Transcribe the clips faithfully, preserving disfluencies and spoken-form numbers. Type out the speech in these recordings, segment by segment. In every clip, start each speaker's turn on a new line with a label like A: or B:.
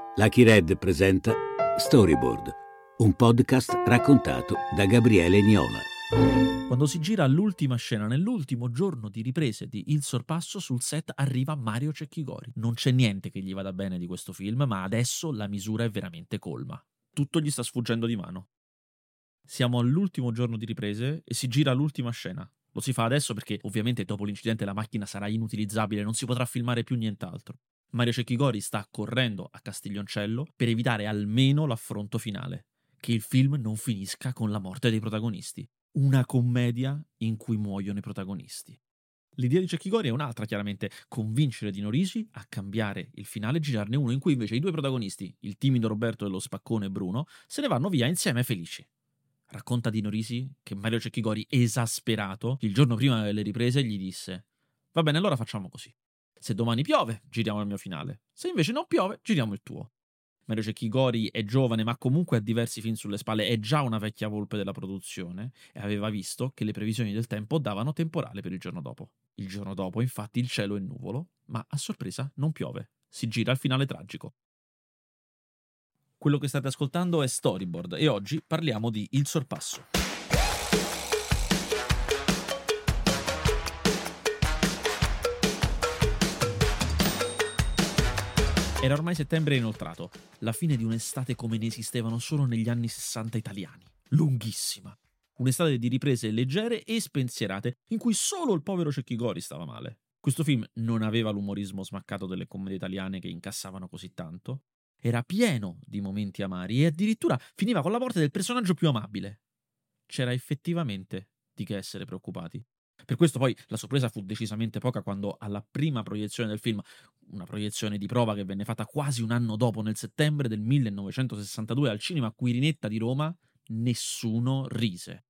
A: Lucky Red presenta Storyboard, un podcast raccontato da Gabriele Niola.
B: Quando si gira l'ultima scena, nell'ultimo giorno di riprese di Il Sorpasso, sul set arriva Mario Cecchigori. Non c'è niente che gli vada bene di questo film, ma adesso la misura è veramente colma. Tutto gli sta sfuggendo di mano. Siamo all'ultimo giorno di riprese e si gira l'ultima scena. Lo si fa adesso perché ovviamente dopo l'incidente la macchina sarà inutilizzabile, non si potrà filmare più nient'altro. Mario Cecchigori sta correndo a Castiglioncello per evitare almeno l'affronto finale, che il film non finisca con la morte dei protagonisti. Una commedia in cui muoiono i protagonisti. L'idea di Cecchigori è un'altra, chiaramente, convincere Dino Risi a cambiare il finale e girarne uno in cui invece i due protagonisti, il timido Roberto e lo spaccone Bruno, se ne vanno via insieme felici. Racconta Dino Risi che Mario Cecchigori, esasperato, il giorno prima delle riprese gli disse: va bene, allora facciamo così. Se domani piove, giriamo il mio finale. Se invece non piove, giriamo il tuo. Mario Cecchigori è giovane, ma comunque ha diversi film sulle spalle, è già una vecchia volpe della produzione e aveva visto che le previsioni del tempo davano temporale per il giorno dopo. Il giorno dopo, infatti, il cielo è nuvolo, ma a sorpresa non piove. Si gira il finale tragico. Quello che state ascoltando è Storyboard e oggi parliamo di Il Sorpasso. Era ormai settembre inoltrato, la fine di un'estate come ne esistevano solo negli anni sessanta italiani. Lunghissima. Un'estate di riprese leggere e spensierate, in cui solo il povero Cecchigori stava male. Questo film non aveva l'umorismo smaccato delle commedie italiane che incassavano così tanto. Era pieno di momenti amari e addirittura finiva con la morte del personaggio più amabile. C'era effettivamente di che essere preoccupati. Per questo poi la sorpresa fu decisamente poca quando alla prima proiezione del film, una proiezione di prova che venne fatta quasi un anno dopo, nel settembre del millenovecentosessantadue al cinema Quirinetta di Roma, nessuno rise.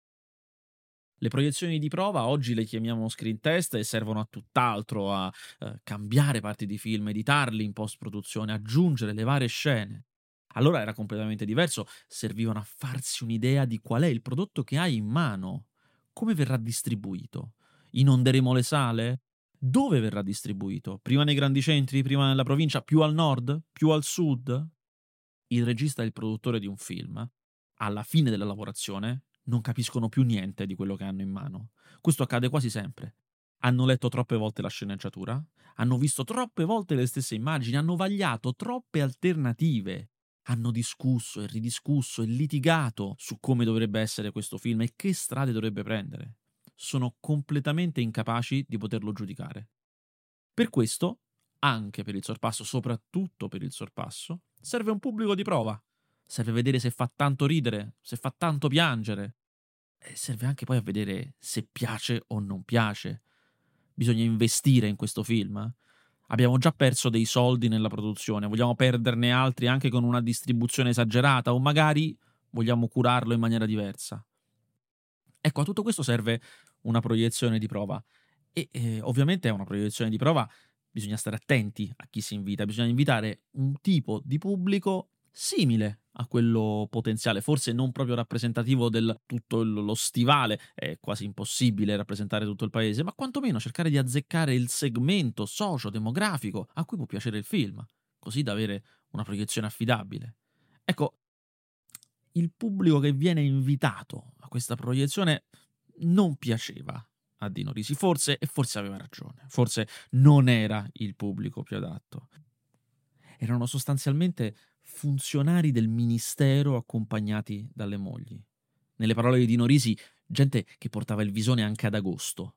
B: Le proiezioni di prova oggi le chiamiamo screen test e servono a tutt'altro, a eh, cambiare parti di film, editarli in post-produzione, aggiungere le varie scene. Allora era completamente diverso, servivano a farsi un'idea di qual è il prodotto che hai in mano, come verrà distribuito. Inonderemo le sale? Dove verrà distribuito? Prima nei grandi centri, prima nella provincia, più al nord, più al sud? Il regista e il produttore di un film, alla fine della lavorazione, non capiscono più niente di quello che hanno in mano. Questo accade quasi sempre. Hanno letto troppe volte la sceneggiatura, hanno visto troppe volte le stesse immagini, hanno vagliato troppe alternative, hanno discusso e ridiscusso e litigato su come dovrebbe essere questo film e che strade dovrebbe prendere. Sono completamente incapaci di poterlo giudicare. Per questo, anche per Il Sorpasso, soprattutto per Il Sorpasso, serve un pubblico di prova. Serve vedere se fa tanto ridere, se fa tanto piangere. E serve anche poi a vedere se piace o non piace. Bisogna investire in questo film. Abbiamo già perso dei soldi nella produzione, vogliamo perderne altri anche con una distribuzione esagerata o magari vogliamo curarlo in maniera diversa. Ecco, a tutto questo serve una proiezione di prova. E eh, ovviamente è una proiezione di prova, bisogna stare attenti a chi si invita, bisogna invitare un tipo di pubblico simile a quello potenziale, forse non proprio rappresentativo del tutto il- lo stivale, è quasi impossibile rappresentare tutto il paese, ma quantomeno cercare di azzeccare il segmento socio-demografico a cui può piacere il film, così da avere una proiezione affidabile. Ecco, il pubblico che viene invitato a questa proiezione non piaceva a Dino Risi, forse, e forse aveva ragione, forse non era il pubblico più adatto. Erano sostanzialmente funzionari del ministero accompagnati dalle mogli. Nelle parole di Dino Risi, gente che portava il visone anche ad agosto.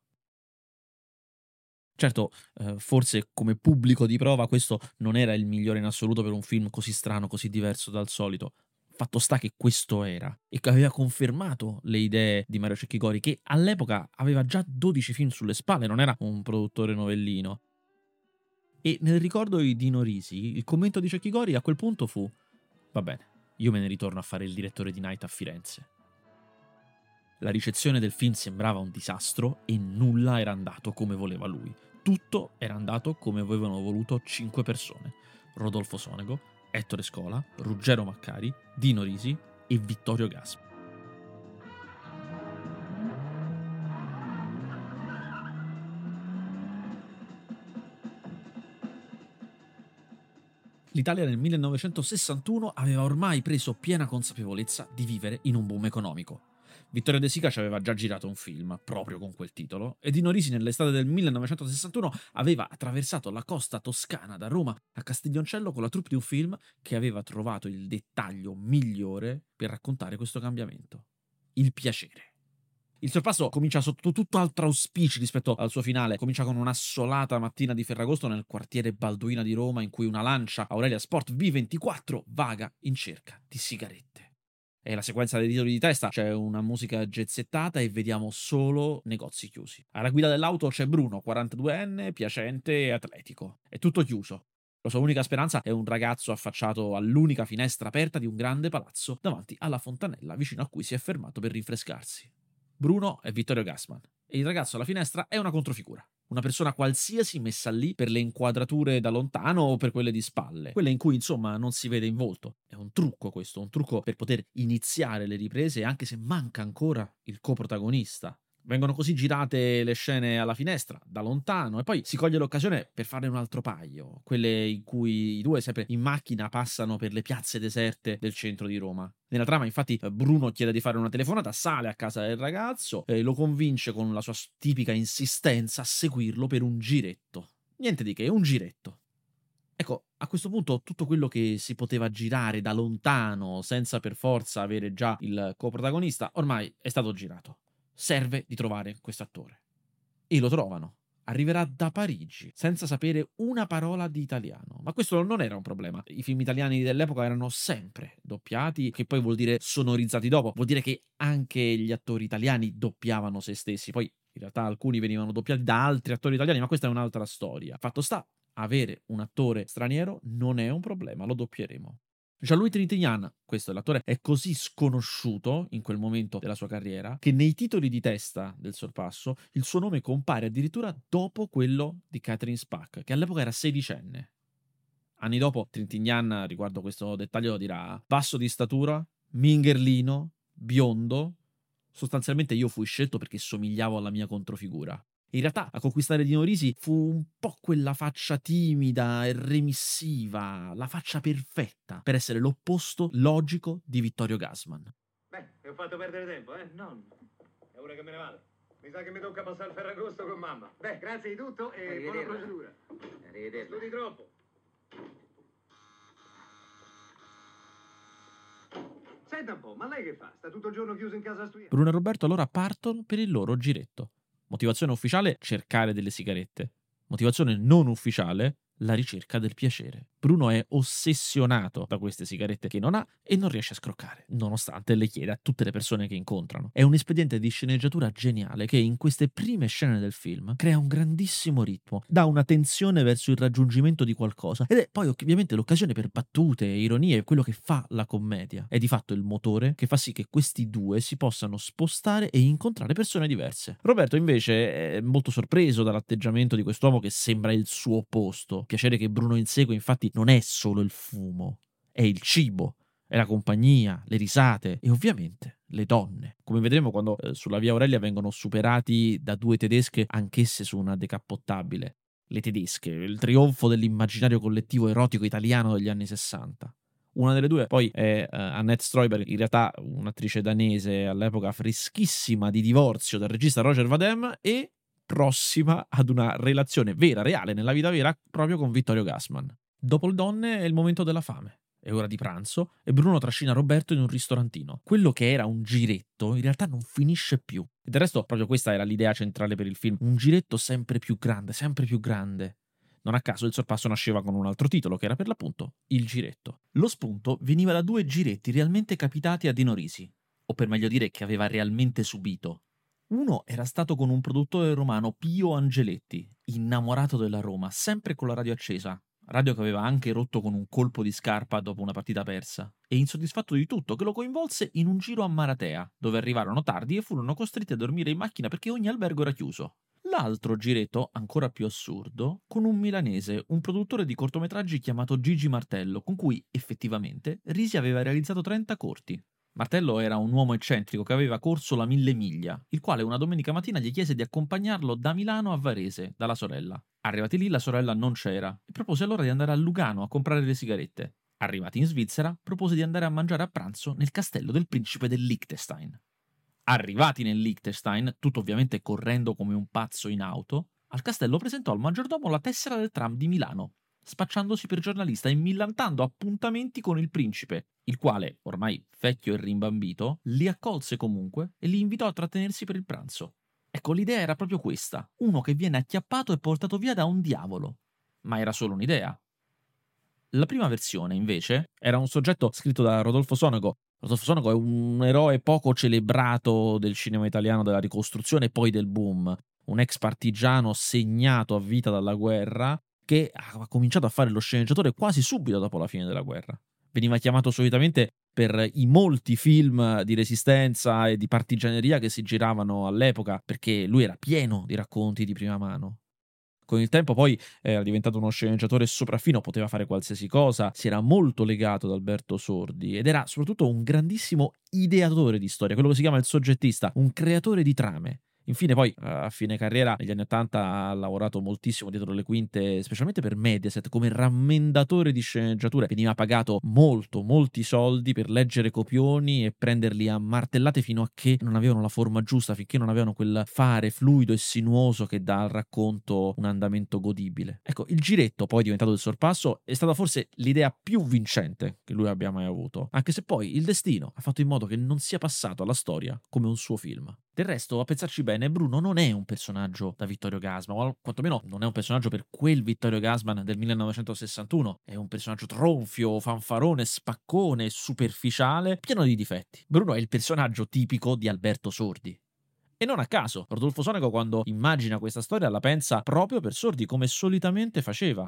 B: Certo, eh, forse come pubblico di prova questo non era il migliore in assoluto per un film così strano, così diverso dal solito. Fatto sta che questo era, e che aveva confermato le idee di Mario Cecchigori, che all'epoca aveva già dodici film sulle spalle, non era un produttore novellino. E nel ricordo di Dino Risi, il commento di Cecchigori a quel punto fu: va bene, io me ne ritorno a fare il direttore di Night a Firenze. La ricezione del film sembrava un disastro e nulla era andato come voleva lui. Tutto era andato come avevano voluto cinque persone: Rodolfo Sonego, Ettore Scola, Ruggero Maccari, Dino Risi e Vittorio Gaspi. L'Italia nel millenovecentosessantuno aveva ormai preso piena consapevolezza di vivere in un boom economico. Vittorio De Sica ci aveva già girato un film proprio con quel titolo e Dino Risi nell'estate del millenovecentosessantuno aveva attraversato la costa toscana da Roma a Castiglioncello con la troupe di un film che aveva trovato il dettaglio migliore per raccontare questo cambiamento: il piacere. Il sorpasso comincia sotto tutto altro auspici rispetto al suo finale. Comincia con un'assolata mattina di Ferragosto nel quartiere Balduina di Roma, in cui una Lancia Aurelia Sport V ventiquattro vaga in cerca di sigarette. E la sequenza dei titoli di testa c'è una musica jazzettata e vediamo solo negozi chiusi. Alla guida dell'auto c'è Bruno, quarantaduenne, piacente e atletico. È tutto chiuso. La sua unica speranza è un ragazzo affacciato all'unica finestra aperta di un grande palazzo davanti alla fontanella vicino a cui si è fermato per rinfrescarsi. Bruno è Vittorio Gassman e il ragazzo alla finestra è una controfigura. Una persona qualsiasi messa lì per le inquadrature da lontano o per quelle di spalle. Quelle in cui, insomma, non si vede in volto. È un trucco questo, un trucco per poter iniziare le riprese anche se manca ancora il coprotagonista. Vengono così girate le scene alla finestra, da lontano, e poi si coglie l'occasione per farne un altro paio, quelle in cui i due, sempre in macchina, passano per le piazze deserte del centro di Roma. Nella trama, infatti, Bruno chiede di fare una telefonata, sale a casa del ragazzo e lo convince con la sua tipica insistenza a seguirlo per un giretto. Niente di che, un giretto. Ecco, a questo punto tutto quello che si poteva girare da lontano, senza per forza avere già il coprotagonista, ormai è stato girato. Serve di trovare quest'attore. E lo trovano. Arriverà da Parigi, senza sapere una parola di italiano. Ma questo non era un problema. I film italiani dell'epoca erano sempre doppiati, che poi vuol dire sonorizzati dopo. Vuol dire che anche gli attori italiani doppiavano se stessi. Poi in realtà alcuni venivano doppiati da altri attori italiani, ma questa è un'altra storia. Fatto sta, avere un attore straniero non è un problema, lo doppieremo. Jean-Louis Trintignant, questo è l'attore, è così sconosciuto in quel momento della sua carriera che nei titoli di testa del sorpasso il suo nome compare addirittura dopo quello di Catherine Spack, che all'epoca era sedicenne. Anni dopo Trintignant, riguardo questo dettaglio, dirà: basso di statura, mingherlino, biondo. Sostanzialmente io fui scelto perché somigliavo alla mia controfigura. In realtà a conquistare Dino Risi fu un po' quella faccia timida e remissiva, la faccia perfetta per essere l'opposto logico di Vittorio Gassman.
C: Beh, ti ho fatto perdere tempo, eh? No, è ora che me ne vado. Mi sa che mi tocca passare il Ferragosto con mamma. Beh, grazie di tutto e buona procedura. Arrivederci. Studi troppo. Senta un po', ma lei che fa? Sta tutto il giorno chiuso in casa a studiare?
B: Bruno e Roberto allora partono per il loro giretto. Motivazione ufficiale: cercare delle sigarette. Motivazione non ufficiale: la ricerca del piacere. Bruno è ossessionato da queste sigarette che non ha e non riesce a scroccare, nonostante le chieda a tutte le persone che incontrano. È un espediente di sceneggiatura geniale che in queste prime scene del film crea un grandissimo ritmo, dà una tensione verso il raggiungimento di qualcosa ed è poi ovviamente l'occasione per battute, ironie, quello che fa la commedia. È di fatto il motore che fa sì che questi due si possano spostare e incontrare persone diverse. Roberto invece è molto sorpreso dall'atteggiamento di quest'uomo che sembra il suo opposto. Piacere che Bruno insegue infatti non è solo il fumo, è il cibo, è la compagnia, le risate e ovviamente le donne. Come vedremo quando eh, sulla via Aurelia vengono superati da due tedesche, anch'esse su una decappottabile. Le tedesche, il trionfo dell'immaginario collettivo erotico italiano degli anni sessanta. Una delle due poi è uh, Annette Streuber, in realtà un'attrice danese all'epoca freschissima di divorzio dal regista Roger Vadim e prossima ad una relazione vera, reale, nella vita vera, proprio con Vittorio Gassman. Dopo le donne è il momento della fame. È ora di pranzo e Bruno trascina Roberto in un ristorantino. Quello che era un giretto in realtà non finisce più. E del resto proprio questa era l'idea centrale per il film. Un giretto sempre più grande, sempre più grande. Non a caso il sorpasso nasceva con un altro titolo, che era per l'appunto Il giretto. Lo spunto veniva da due giretti realmente capitati a Dino Risi, o per meglio dire che aveva realmente subito. Uno era stato con un produttore romano, Pio Angeletti, innamorato della Roma, sempre con la radio accesa, radio che aveva anche rotto con un colpo di scarpa dopo una partita persa, e insoddisfatto di tutto che lo coinvolse in un giro a Maratea, dove arrivarono tardi e furono costretti a dormire in macchina perché ogni albergo era chiuso. L'altro giretto, ancora più assurdo, con un milanese, un produttore di cortometraggi chiamato Gigi Martello, con cui effettivamente Risi aveva realizzato trenta corti. Martello era un uomo eccentrico che aveva corso la mille miglia, il quale una domenica mattina gli chiese di accompagnarlo da Milano a Varese, dalla sorella. Arrivati lì la sorella non c'era e propose allora di andare a Lugano a comprare le sigarette. Arrivati in Svizzera, propose di andare a mangiare a pranzo nel castello del principe del Liechtenstein. Arrivati nel Liechtenstein, tutto ovviamente correndo come un pazzo in auto, al castello presentò al maggiordomo la tessera del tram di Milano, spacciandosi per giornalista e millantando appuntamenti con il principe, il quale, ormai vecchio e rimbambito, li accolse comunque e li invitò a trattenersi per il pranzo. Ecco, l'idea era proprio questa: uno che viene acchiappato e portato via da un diavolo. Ma era solo un'idea. La prima versione, invece, era un soggetto scritto da Rodolfo Sonego. Rodolfo Sonego è un eroe poco celebrato del cinema italiano della ricostruzione e poi del boom, un ex partigiano segnato a vita dalla guerra che ha cominciato a fare lo sceneggiatore quasi subito dopo la fine della guerra. Veniva chiamato solitamente per i molti film di resistenza e di partigianeria che si giravano all'epoca, perché lui era pieno di racconti di prima mano. Con il tempo poi era diventato uno sceneggiatore sopraffino, poteva fare qualsiasi cosa, si era molto legato ad Alberto Sordi ed era soprattutto un grandissimo ideatore di storia, quello che si chiama il soggettista, un creatore di trame. Infine poi a fine carriera negli anni ottanta ha lavorato moltissimo dietro le quinte, specialmente per Mediaset, come rammendatore di sceneggiature. Veniva pagato molto, molti soldi per leggere copioni e prenderli a martellate fino a che non avevano la forma giusta, finché non avevano quel fare fluido e sinuoso che dà al racconto un andamento godibile. Ecco, il giretto, poi diventato il sorpasso, è stata forse l'idea più vincente che lui abbia mai avuto, anche se poi il destino ha fatto in modo che non sia passato alla storia come un suo film. Del resto, a pensarci bene, Bruno non è un personaggio da Vittorio Gassman, o quantomeno non è un personaggio per quel Vittorio Gassman del millenovecentosessantuno. È un personaggio tronfio, fanfarone, spaccone, superficiale, pieno di difetti. Bruno è il personaggio tipico di Alberto Sordi. E non a caso, Rodolfo Sonego, quando immagina questa storia, la pensa proprio per Sordi, come solitamente faceva.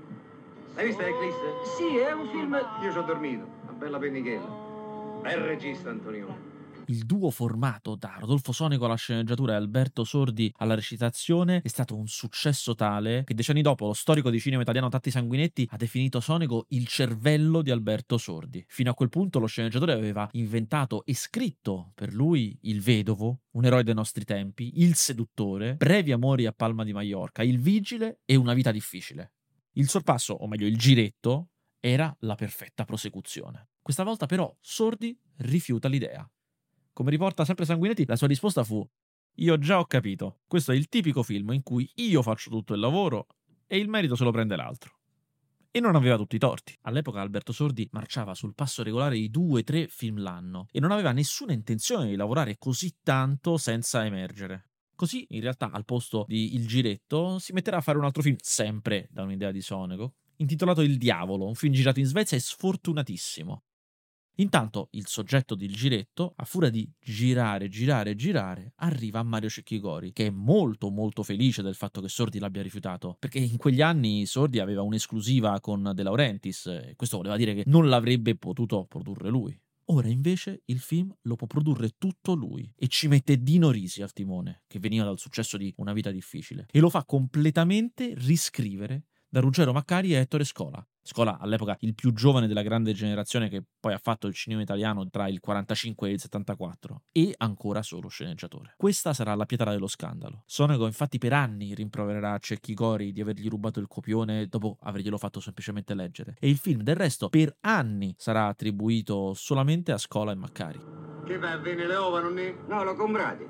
C: Hai visto Eclisse?
D: Sì, è un film...
C: Io ci ho dormito, una bella pennichella. Bel regista, Antonione.
B: Il duo formato da Rodolfo Sonego alla sceneggiatura e Alberto Sordi alla recitazione è stato un successo tale che decenni dopo lo storico di cinema italiano Tatti Sanguinetti ha definito Sonego il cervello di Alberto Sordi. Fino a quel punto lo sceneggiatore aveva inventato e scritto per lui Il Vedovo, un eroe dei nostri tempi, Il Seduttore, Brevi amori a Palma di Maiorca, Il Vigile e Una vita difficile. Il sorpasso, o meglio il giretto, era la perfetta prosecuzione. Questa volta però Sordi rifiuta l'idea. Come riporta sempre Sanguinetti, la sua risposta fu: io già ho capito, questo è il tipico film in cui io faccio tutto il lavoro e il merito se lo prende l'altro. E non aveva tutti i torti. All'epoca Alberto Sordi marciava sul passo regolare di due tre film l'anno e non aveva nessuna intenzione di lavorare così tanto senza emergere. Così, in realtà, al posto di Il Giretto, si metterà a fare un altro film, sempre da un'idea di Sonego, intitolato Il Diavolo, un film girato in Svezia e sfortunatissimo. Intanto il soggetto di Il Giretto, a furia di girare, girare, girare, arriva a Mario Cecchigori, che è molto molto felice del fatto che Sordi l'abbia rifiutato, perché in quegli anni Sordi aveva un'esclusiva con De Laurentiis e questo voleva dire che non l'avrebbe potuto produrre lui. Ora invece il film lo può produrre tutto lui e ci mette Dino Risi al timone, che veniva dal successo di Una vita difficile, e lo fa completamente riscrivere da Ruggero Maccari e Ettore Scola. Scola, all'epoca il più giovane della grande generazione che poi ha fatto il cinema italiano tra il quarantacinque e il settantaquattro, e ancora solo sceneggiatore. Questa sarà la pietra dello scandalo. Sonego infatti per anni rimprovererà a Cecchigori di avergli rubato il copione dopo averglielo fatto semplicemente leggere, e il film del resto per anni sarà attribuito solamente a Scola e Maccari.
C: Che va a bene le uova, non ne?
D: No, l'ho comprati.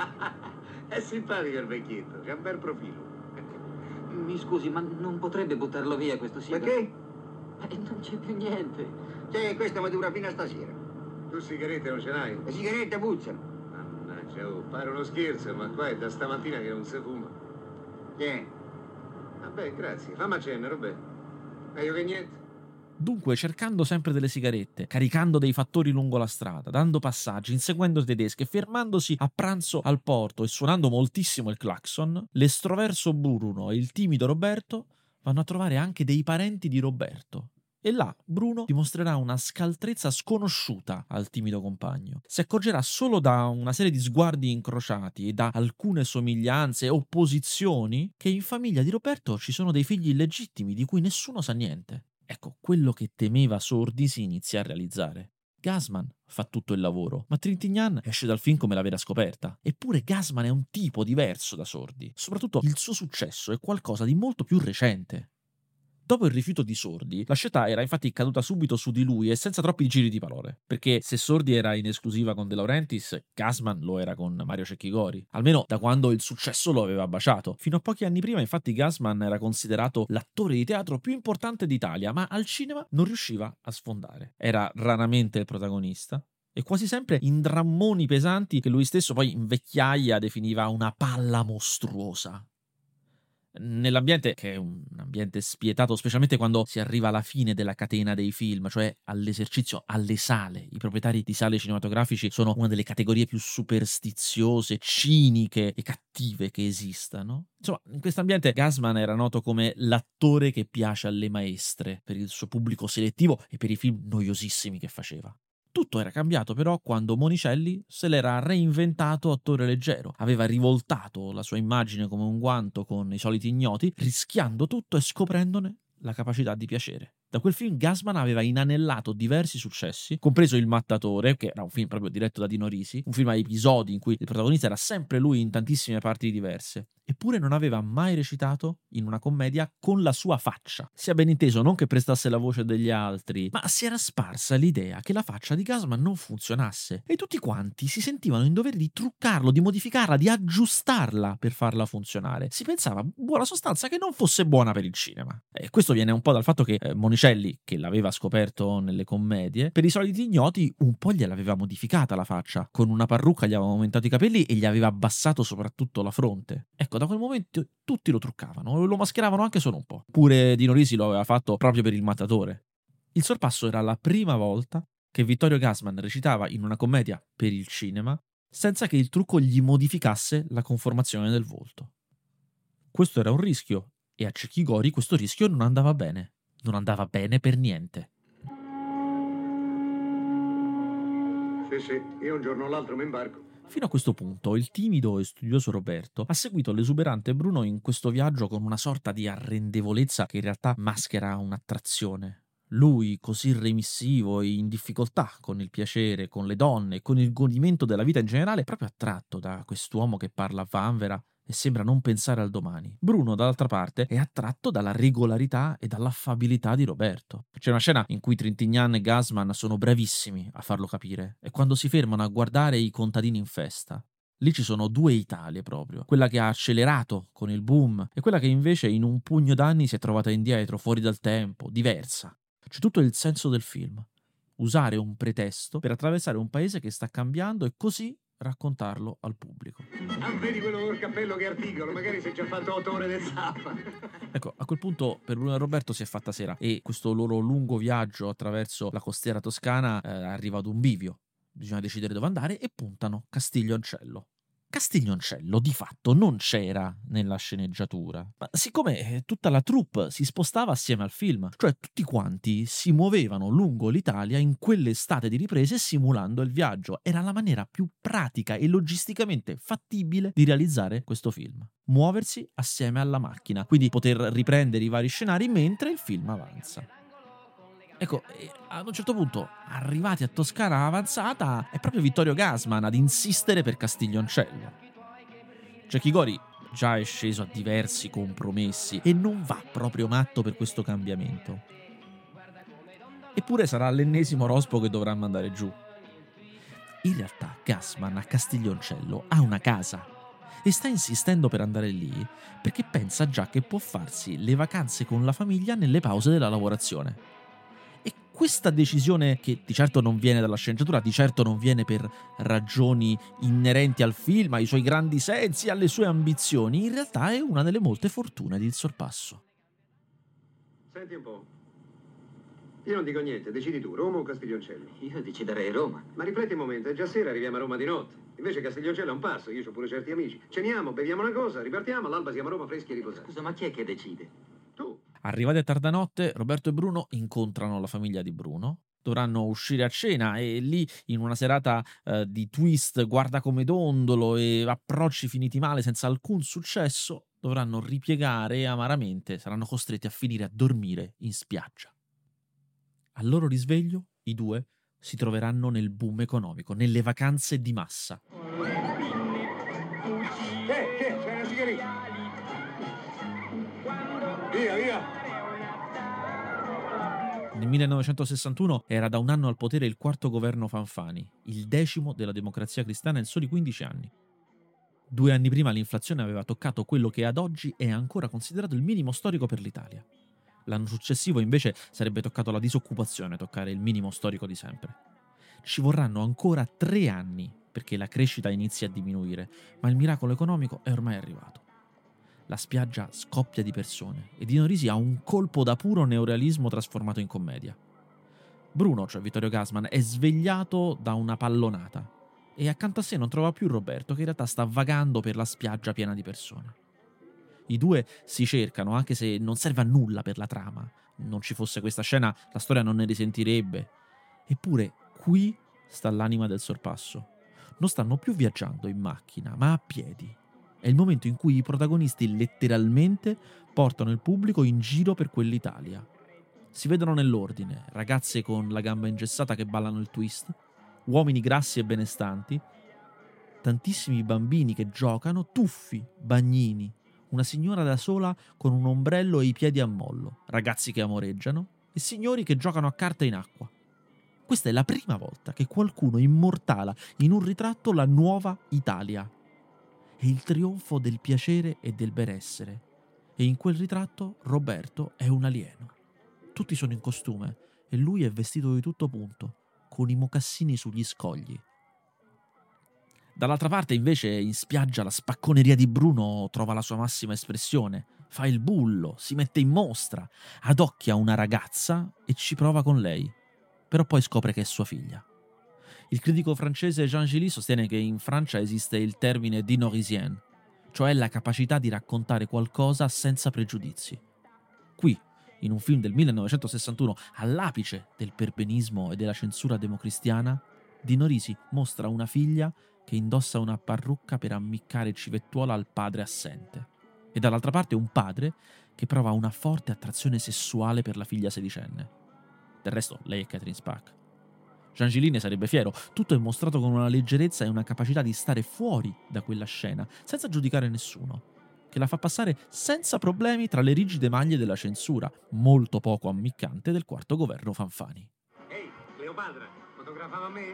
C: È simpatico il vecchietto, c'ha un bel profilo.
E: Mi scusi, ma non potrebbe buttarlo via questo sigaro?
D: Perché?
E: Eh, non c'è più niente.
D: Sì, questa mi dura fino a stasera.
C: Tu sigarette non ce l'hai?
D: Le sigarette puzzano.
C: Mannaggia, oh, pare uno scherzo, ma qua è da stamattina che non si fuma.
D: Sì.
C: Vabbè, grazie. Fammi accendere, vabbè. Meglio che niente.
B: Dunque, cercando sempre delle sigarette, caricando dei fattori lungo la strada, dando passaggi, inseguendo tedesche, fermandosi a pranzo al porto e suonando moltissimo il clacson, l'estroverso Bruno e il timido Roberto vanno a trovare anche dei parenti di Roberto. E là Bruno dimostrerà una scaltrezza sconosciuta al timido compagno. Si accorgerà solo da una serie di sguardi incrociati e da alcune somiglianze e opposizioni che in famiglia di Roberto ci sono dei figli illegittimi di cui nessuno sa niente. Ecco, quello che temeva Sordi si inizia a realizzare. Gassman fa tutto il lavoro, ma Trintignant esce dal film come la vera scoperta. Eppure Gassman è un tipo diverso da Sordi. Soprattutto il suo successo è qualcosa di molto più recente. Dopo il rifiuto di Sordi, la scelta era infatti caduta subito su di lui e senza troppi giri di parole. Perché se Sordi era in esclusiva con De Laurentiis, Gassman lo era con Mario Cecchigori. Almeno da quando il successo lo aveva baciato. Fino a pochi anni prima, infatti, Gassman era considerato l'attore di teatro più importante d'Italia, ma al cinema non riusciva a sfondare. Era raramente il protagonista, e quasi sempre in drammoni pesanti che lui stesso poi in vecchiaia definiva una palla mostruosa. Nell'ambiente, che è un ambiente spietato, specialmente quando si arriva alla fine della catena dei film, cioè all'esercizio, alle sale. I proprietari di sale cinematografici sono una delle categorie più superstiziose, ciniche e cattive che esistano. Insomma, in questo ambiente Gassman era noto come l'attore che piace alle maestre, per il suo pubblico selettivo e per i film noiosissimi che faceva. Tutto era cambiato però quando Monicelli se l'era reinventato attore leggero, aveva rivoltato la sua immagine come un guanto con i soliti ignoti, rischiando tutto e scoprendone la capacità di piacere. Da quel film Gassman aveva inanellato diversi successi, compreso Il Mattatore, che era un film proprio diretto da Dino Risi, un film a episodi in cui il protagonista era sempre lui in tantissime parti diverse. Eppure non aveva mai recitato in una commedia con la sua faccia. Sia ben inteso, non che prestasse la voce degli altri, ma si era sparsa l'idea che la faccia di Gassman non funzionasse e tutti quanti si sentivano in dovere di truccarlo, di modificarla, di aggiustarla per farla funzionare. Si pensava, buona sostanza, che non fosse buona per il cinema. E questo viene un po' dal fatto che eh, Monicelli, che l'aveva scoperto nelle commedie, per i soliti ignoti un po' gliel'aveva modificata la faccia. Con una parrucca gli aveva aumentato i capelli e gli aveva abbassato soprattutto la fronte. Ecco, da quel momento tutti lo truccavano, lo mascheravano anche solo un po'. Pure Dino Risi lo aveva fatto proprio per Il Mattatore. Il sorpasso era la prima volta che Vittorio Gassman recitava in una commedia per il cinema senza che il trucco gli modificasse la conformazione del volto. Questo era un rischio e a Cecchigori questo rischio non andava bene. Non andava bene per niente.
C: Sì, sì, io un giorno o l'altro mi imbarco.
B: Fino a questo punto il timido e studioso Roberto ha seguito l'esuberante Bruno in questo viaggio con una sorta di arrendevolezza che in realtà maschera un'attrazione. Lui, così remissivo e in difficoltà con il piacere, con le donne, con il godimento della vita in generale, proprio attratto da quest'uomo che parla a vanvera e sembra non pensare al domani. Bruno, dall'altra parte, è attratto dalla regolarità e dall'affabilità di Roberto. C'è una scena in cui Trintignant e Gassman sono bravissimi a farlo capire, e quando si fermano a guardare i contadini in festa. Lì ci sono due Italie proprio, quella che ha accelerato con il boom e quella che invece in un pugno d'anni si è trovata indietro, fuori dal tempo, diversa. C'è tutto il senso del film. Usare un pretesto per attraversare un paese che sta cambiando e così raccontarlo al pubblico.
C: Ah, vedi quello col cappello che articolo, magari si è già fatto otto ore del zappa.
B: Ecco, a quel punto per Bruno e Roberto si è fatta sera e questo loro lungo viaggio attraverso la costiera toscana eh, arriva ad un bivio. Bisogna decidere dove andare e puntano Castiglioncello. Castiglioncello di fatto non c'era nella sceneggiatura, ma siccome tutta la troupe si spostava assieme al film, cioè tutti quanti si muovevano lungo l'Italia in quell'estate di riprese simulando il viaggio, era la maniera più pratica e logisticamente fattibile di realizzare questo film. Muoversi assieme alla macchina, quindi poter riprendere i vari scenari mentre il film avanza. Ecco, ad un certo punto, arrivati a Toscana avanzata, è proprio Vittorio Gassman ad insistere per Castiglioncello. Cecchigori già è sceso a diversi compromessi e non va proprio matto per questo cambiamento. Eppure sarà l'ennesimo rospo che dovrà mandare giù. In realtà Gassman a Castiglioncello ha una casa e sta insistendo per andare lì perché pensa già che può farsi le vacanze con la famiglia nelle pause della lavorazione. Questa decisione, che di certo non viene dalla sceneggiatura, di certo non viene per ragioni inerenti al film, ai suoi grandi sensi, alle sue ambizioni, in realtà è una delle molte fortune di Il Sorpasso.
C: Senti un po'. Io non dico niente, decidi tu, Roma o Castiglioncello?
E: Io deciderei Roma.
C: Ma rifletti un momento, è già sera, arriviamo a Roma di notte. Invece Castiglioncello è un passo, io ho pure certi amici. Ceniamo, beviamo una cosa, ripartiamo, all'alba siamo a Roma freschi e riposati.
E: Scusa, ma chi è che decide?
C: Tu.
B: Arrivati a tarda notte, Roberto e Bruno incontrano la famiglia di Bruno. Dovranno uscire a cena e lì, in una serata eh, di twist, guarda come dondolo e approcci finiti male senza alcun successo, dovranno ripiegare e amaramente saranno costretti a finire a dormire in spiaggia. Al loro risveglio, i due si troveranno nel boom economico, nelle vacanze di massa.
C: Eh, che? C'è una sigaretta? Via, via!
B: Nel millenovecentosessantuno era da un anno al potere il quarto governo Fanfani, il decimo della Democrazia Cristiana in soli quindici anni. Due anni prima l'inflazione aveva toccato quello che ad oggi è ancora considerato il minimo storico per l'Italia. L'anno successivo invece sarebbe toccato la disoccupazione, toccare il minimo storico di sempre. Ci vorranno ancora tre anni perché la crescita inizi a diminuire, ma il miracolo economico è ormai arrivato. La spiaggia scoppia di persone e Dino Risi ha un colpo da puro neorealismo trasformato in commedia. Bruno, cioè Vittorio Gassman, è svegliato da una pallonata e accanto a sé non trova più Roberto, che in realtà sta vagando per la spiaggia piena di persone. I due si cercano, anche se non serve a nulla per la trama. Non ci fosse questa scena, la storia non ne risentirebbe. Eppure qui sta l'anima del sorpasso. Non stanno più viaggiando in macchina, ma a piedi. È il momento in cui i protagonisti letteralmente portano il pubblico in giro per quell'Italia. Si vedono nell'ordine: ragazze con la gamba ingessata che ballano il twist, uomini grassi e benestanti, tantissimi bambini che giocano, tuffi, bagnini, una signora da sola con un ombrello e i piedi a mollo, ragazzi che amoreggiano e signori che giocano a carte in acqua. Questa è la prima volta che qualcuno immortala in un ritratto la nuova Italia. È il trionfo del piacere e del benessere. E in quel ritratto Roberto è un alieno. Tutti sono in costume e lui è vestito di tutto punto, con i mocassini sugli scogli. Dall'altra parte, invece, in spiaggia la spacconeria di Bruno trova la sua massima espressione. Fa il bullo, si mette in mostra, adocchia una ragazza e ci prova con lei. Però poi scopre che è sua figlia. Il critico francese Jean Gilly sostiene che in Francia esiste il termine dinorisien, cioè la capacità di raccontare qualcosa senza pregiudizi. Qui, in un film del millenovecentosessantuno, all'apice del perbenismo e della censura democristiana, Dino Risi mostra una figlia che indossa una parrucca per ammiccare civettuola al padre assente, e dall'altra parte un padre che prova una forte attrazione sessuale per la figlia sedicenne. Del resto, lei è Catherine Spack. Jean Gilly ne sarebbe fiero. Tutto è mostrato con una leggerezza e una capacità di stare fuori da quella scena, senza giudicare nessuno, che la fa passare senza problemi tra le rigide maglie della censura, molto poco ammiccante, del quarto governo Fanfani.
C: Ehi, Cleopatra, fotografava me?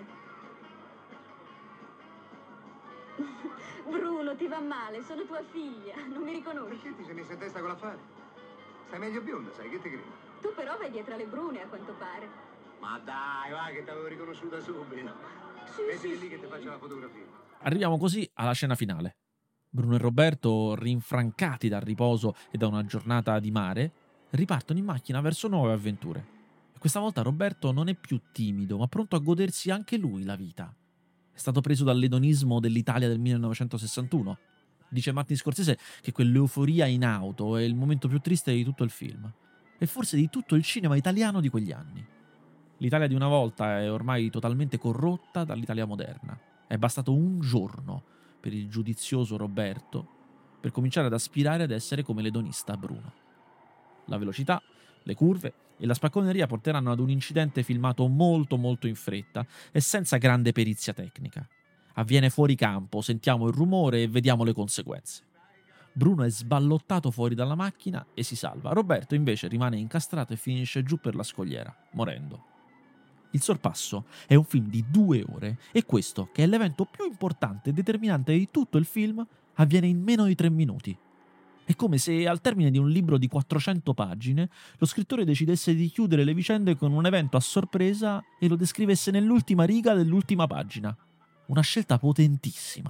F: Bruno, ti va male, sono tua figlia, non mi riconosci.
C: Perché ti sei messa in testa con l'affare? Stai meglio bionda, sai, che ti credi?
F: Tu però vai dietro alle brune, a quanto pare.
C: Ma dai, va, che t'avevo riconosciuta subito.
F: Sì,
C: Mettili
F: sì,
C: lì che
F: sì.
C: ti faccio la fotografia.
B: Arriviamo così alla scena finale. Bruno e Roberto, rinfrancati dal riposo e da una giornata di mare, ripartono in macchina verso nuove avventure. E questa volta Roberto non è più timido, ma pronto a godersi anche lui la vita. È stato preso dall'edonismo dell'Italia del millenovecentosessantuno. Dice Martin Scorsese che quell'euforia in auto è il momento più triste di tutto il film, e forse di tutto il cinema italiano di quegli anni. L'Italia di una volta è ormai totalmente corrotta dall'Italia moderna. È bastato un giorno per il giudizioso Roberto per cominciare ad aspirare ad essere come l'edonista Bruno. La velocità, le curve e la spacconeria porteranno ad un incidente filmato molto molto in fretta e senza grande perizia tecnica. Avviene fuori campo, sentiamo il rumore e vediamo le conseguenze. Bruno è sballottato fuori dalla macchina e si salva. Roberto invece rimane incastrato e finisce giù per la scogliera, morendo. Il Sorpasso è un film di due ore e questo, che è l'evento più importante e determinante di tutto il film, avviene in meno di tre minuti. È come se al termine di un libro di quattrocento pagine lo scrittore decidesse di chiudere le vicende con un evento a sorpresa e lo descrivesse nell'ultima riga dell'ultima pagina. Una scelta potentissima.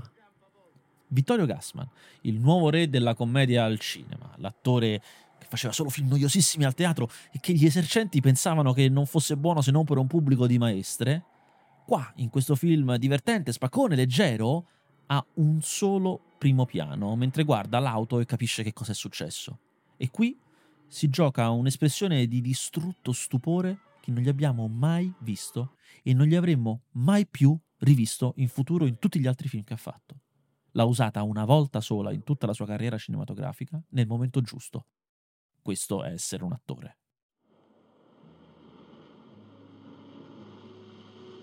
B: Vittorio Gassman, il nuovo re della commedia al cinema, l'attore che faceva solo film noiosissimi al teatro e che gli esercenti pensavano che non fosse buono se non per un pubblico di maestre, qua, in questo film divertente, spaccone, leggero, ha un solo primo piano mentre guarda l'auto e capisce che cosa è successo. E qui si gioca un'espressione di distrutto stupore che non gli abbiamo mai visto e non gli avremmo mai più rivisto in futuro in tutti gli altri film che ha fatto. L'ha usata una volta sola in tutta la sua carriera cinematografica, nel momento giusto. Questo è essere un attore.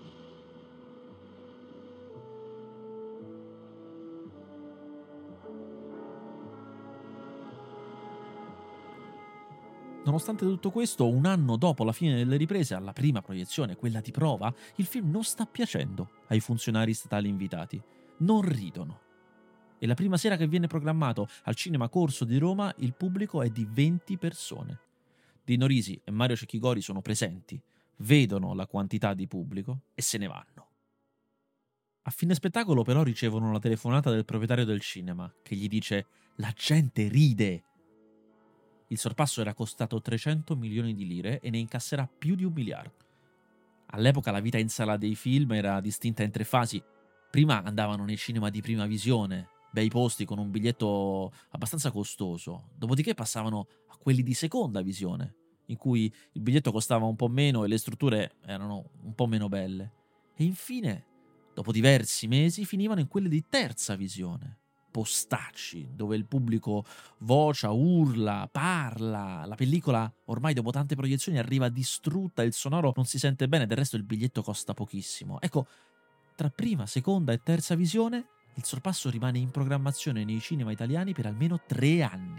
B: Nonostante tutto questo, un anno dopo la fine delle riprese, alla prima proiezione, quella di prova, il film non sta piacendo ai funzionari statali invitati. Non ridono. E la prima sera che viene programmato al Cinema Corso di Roma, il pubblico è di venti persone. Dino Risi e Mario Cecchigori sono presenti, vedono la quantità di pubblico e se ne vanno. A fine spettacolo però ricevono la telefonata del proprietario del cinema, che gli dice «La gente ride!». Il sorpasso era costato trecento milioni di lire e ne incasserà più di un miliardo. All'epoca la vita in sala dei film era distinta in tre fasi. Prima andavano nei cinema di prima visione, bei posti con un biglietto abbastanza costoso, dopodiché passavano a quelli di seconda visione, in cui il biglietto costava un po' meno e le strutture erano un po' meno belle. E infine, dopo diversi mesi, finivano in quelle di terza visione, postacci, dove il pubblico vocia, urla, parla, la pellicola ormai dopo tante proiezioni arriva distrutta, il sonoro non si sente bene, del resto il biglietto costa pochissimo. Ecco, tra prima, seconda e terza visione, il sorpasso rimane in programmazione nei cinema italiani per almeno tre anni.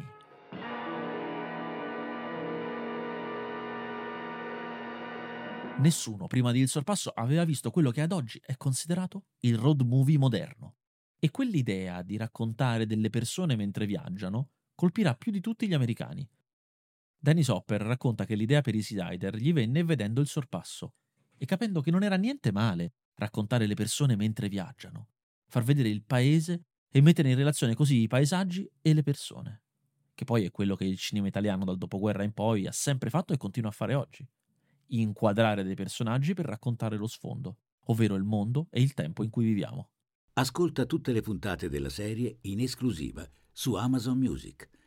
B: Nessuno prima di Il Sorpasso aveva visto quello che ad oggi è considerato il road movie moderno. E quell'idea di raccontare delle persone mentre viaggiano colpirà più di tutti gli americani. Dennis Hopper racconta che l'idea per Easy Rider gli venne vedendo Il Sorpasso e capendo che non era niente male raccontare le persone mentre viaggiano, far vedere il paese e mettere in relazione così i paesaggi e le persone, che poi è quello che il cinema italiano dal dopoguerra in poi ha sempre fatto e continua a fare oggi. Inquadrare dei personaggi per raccontare lo sfondo, ovvero il mondo e il tempo in cui viviamo.
A: Ascolta tutte le puntate della serie in esclusiva su Amazon Music.